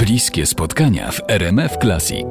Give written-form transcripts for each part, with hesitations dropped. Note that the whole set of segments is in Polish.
Bliskie spotkania w RMF Classic.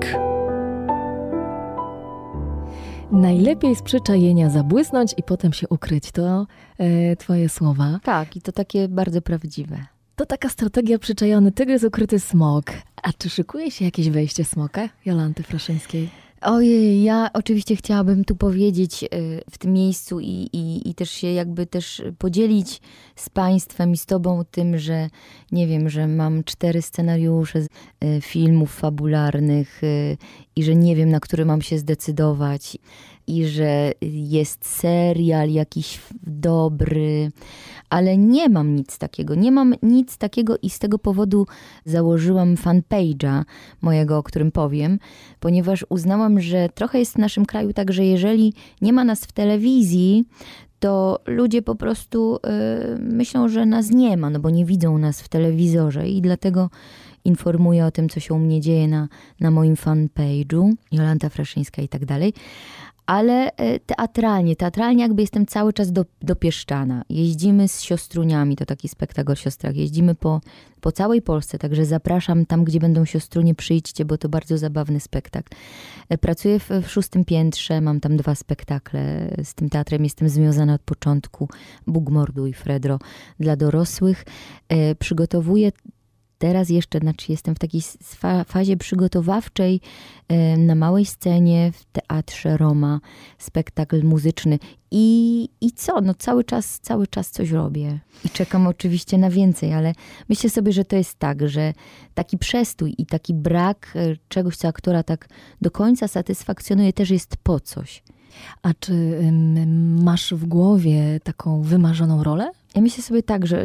Najlepiej z przyczajenia zabłysnąć i potem się ukryć. To twoje słowa. Tak, i to takie bardzo prawdziwe. To taka strategia przyczajony tygrys, ukryty smok. A czy szykuje się jakieś wejście smoka, Jolanty Fraszyńskiej? Ojej, ja oczywiście chciałabym tu powiedzieć w tym miejscu i też się jakby też podzielić z państwem i z tobą tym, że nie wiem, że mam 4 scenariusze filmów fabularnych i że nie wiem, na który mam się zdecydować i że jest serial jakiś dobry, ale nie mam nic takiego. Nie mam nic takiego i z tego powodu założyłam fanpage'a mojego, o którym powiem, ponieważ uznałam, że trochę jest w naszym kraju tak, że jeżeli nie ma nas w telewizji, to ludzie po prostu myślą, że nas nie ma, no bo nie widzą nas w telewizorze i dlatego informuję o tym, co się u mnie dzieje na moim fanpage'u, Jolanta Fraszyńska i tak dalej. Ale teatralnie jakby jestem cały czas dopieszczana. Jeździmy z siostruniami, to taki spektakl o siostrach. Jeździmy po całej Polsce, także zapraszam tam, gdzie będą siostrunie, przyjdźcie, bo to bardzo zabawny spektakl. Pracuję w 6. piętrze, mam tam 2 spektakle. Z tym teatrem jestem związana od początku. Bóg mordu i Fredro dla dorosłych. Przygotowuję teraz jeszcze, jestem w takiej fazie przygotowawczej na małej scenie w Teatrze Roma, spektakl muzyczny. I co? No cały czas coś robię. I czekam oczywiście na więcej, ale myślę sobie, że to jest tak, że taki przestój i taki brak czegoś, co aktora tak do końca satysfakcjonuje, też jest po coś. A czy masz w głowie taką wymarzoną rolę? Ja myślę sobie tak, że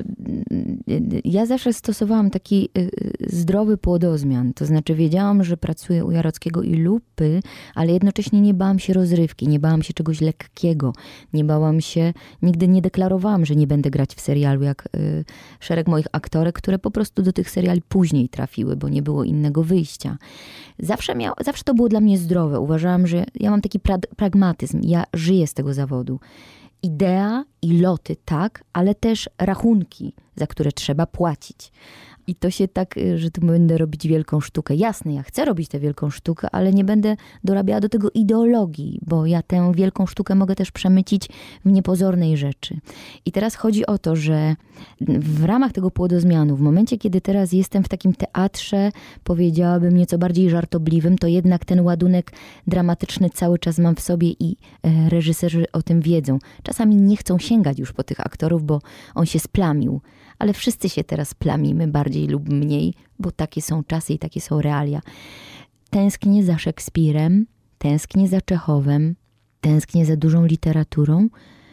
ja zawsze stosowałam taki zdrowy płodozmian. To znaczy wiedziałam, że pracuję u Jarockiego i Lupy, ale jednocześnie nie bałam się rozrywki, nie bałam się czegoś lekkiego. Nie bałam się, nigdy nie deklarowałam, że nie będę grać w serialu, jak szereg moich aktorek, które po prostu do tych seriali później trafiły, bo nie było innego wyjścia. Zawsze to było dla mnie zdrowe. Uważałam, że ja mam taki pragmatyzm. Ja żyję z tego zawodu. Idea i loty, tak, ale też rachunki, za które trzeba płacić. I to się tak, że tu będę robić wielką sztukę. Jasne, ja chcę robić tę wielką sztukę, ale nie będę dorabiała do tego ideologii, bo ja tę wielką sztukę mogę też przemycić w niepozornej rzeczy. I teraz chodzi o to, że w ramach tego płodozmianu, w momencie, kiedy teraz jestem w takim teatrze, powiedziałabym nieco bardziej żartobliwym, to jednak ten ładunek dramatyczny cały czas mam w sobie i reżyserzy o tym wiedzą. Czasami nie chcą sięgać już po tych aktorów, bo on się splamił. Ale wszyscy się teraz plamimy, bardziej lub mniej, bo takie są czasy i takie są realia. Tęsknię za Szekspirem, tęsknię za Czechowem, tęsknię za dużą literaturą.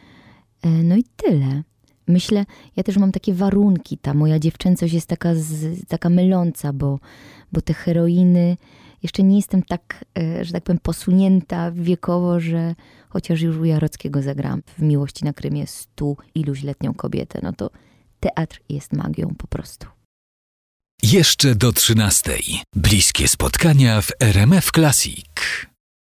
No i tyle. Myślę, ja też mam takie warunki, ta moja dziewczęcość jest taka myląca, bo te heroiny, jeszcze nie jestem tak, że tak powiem, posunięta wiekowo, że chociaż już u Jarockiego zagram w Miłości na Krymie 100 iluś letnią kobietę, no to teatr jest magią po prostu. Jeszcze do 13:00. Bliskie spotkania w RMF Classic.